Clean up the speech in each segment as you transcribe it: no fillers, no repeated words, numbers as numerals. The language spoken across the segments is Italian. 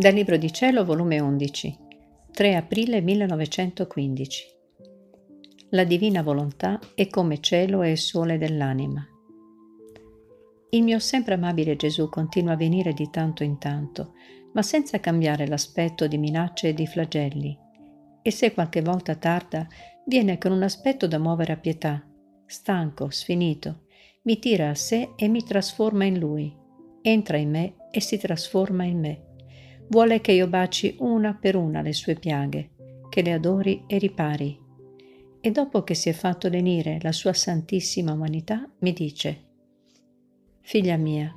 Dal Libro di Cielo, volume 11, 3 aprile 1915. La divina volontà è come cielo e sole dell'anima. Il mio sempre amabile Gesù continua a venire di tanto in tanto, ma senza cambiare l'aspetto di minacce e di flagelli. E se qualche volta tarda, viene con un aspetto da muovere a pietà, stanco, sfinito, mi tira a sé e mi trasforma in Lui, entra in me e si trasforma in me. Vuole che io baci una per una le sue piaghe, che le adori e ripari. E dopo che si è fatto lenire la sua santissima umanità, mi dice: figlia mia,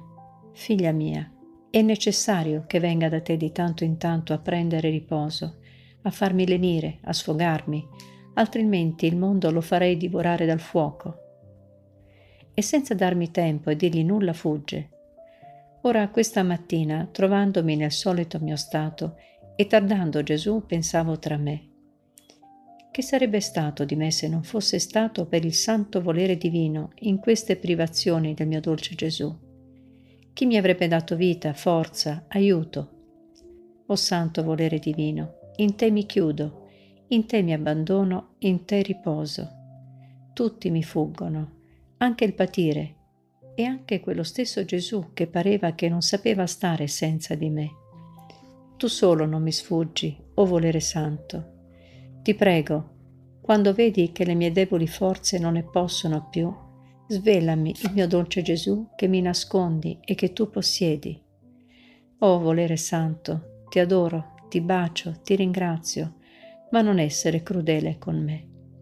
è necessario che venga da te di tanto in tanto a prendere riposo, a farmi lenire, a sfogarmi, altrimenti il mondo lo farei divorare dal fuoco. E senza darmi tempo e dirgli nulla fugge. Ora questa mattina, trovandomi nel solito mio stato e tardando Gesù, pensavo tra me: che sarebbe stato di me se non fosse stato per il santo volere divino in queste privazioni del mio dolce Gesù? Chi mi avrebbe dato vita, forza, aiuto? O santo volere divino, in te mi chiudo, in te mi abbandono, in te riposo. Tutti mi fuggono, anche il patire, e anche quello stesso Gesù che pareva che non sapeva stare senza di me. Tu solo non mi sfuggi, o volere santo. Ti prego, quando vedi che le mie deboli forze non ne possono più, svelami il mio dolce Gesù che mi nascondi e che tu possiedi. Oh volere santo, ti adoro, ti bacio, ti ringrazio, ma non essere crudele con me.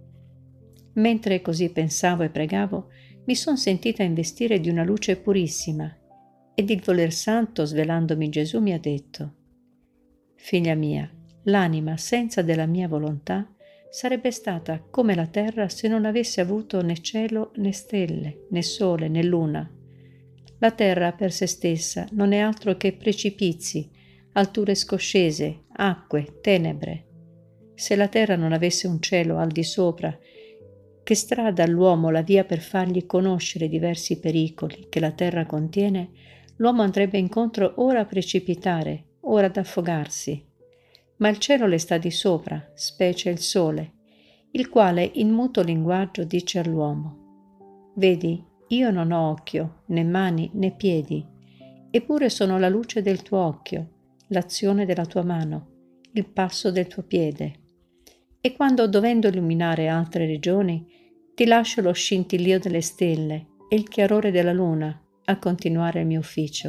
Mentre così pensavo e pregavo, mi son sentita investire di una luce purissima, ed il voler santo, svelandomi Gesù, mi ha detto: figlia mia, l'anima senza della mia volontà sarebbe stata come la terra se non avesse avuto né cielo né stelle, né sole né luna. La terra per se stessa non è altro che precipizi, alture scoscese, acque, tenebre. Se la terra non avesse un cielo al di sopra, che strada all'uomo la via per fargli conoscere i diversi pericoli che la terra contiene, l'uomo andrebbe incontro ora a precipitare, ora ad affogarsi. Ma il cielo le sta di sopra, specie il sole, il quale in muto linguaggio dice all'uomo: vedi, io non ho occhio, né mani né piedi, eppure sono la luce del tuo occhio, l'azione della tua mano, il passo del tuo piede. E quando, dovendo illuminare altre regioni, ti lascio lo scintillio delle stelle e il chiarore della luna a continuare il mio ufficio.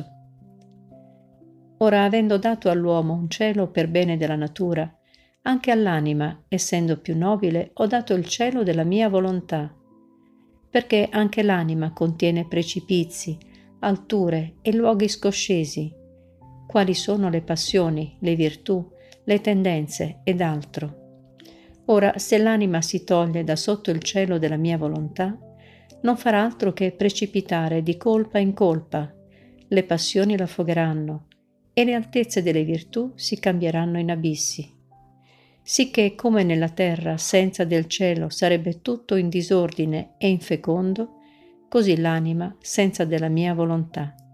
Ora, avendo dato all'uomo un cielo per bene della natura, anche all'anima, essendo più nobile, ho dato il cielo della mia volontà, perché anche l'anima contiene precipizi, alture e luoghi scoscesi, quali sono le passioni, le virtù, le tendenze ed altro. Ora, se l'anima si toglie da sotto il cielo della mia volontà, non farà altro che precipitare di colpa in colpa, le passioni l'affogheranno e le altezze delle virtù si cambieranno in abissi. Sicché come nella terra senza del cielo sarebbe tutto in disordine e infecondo, così l'anima senza della mia volontà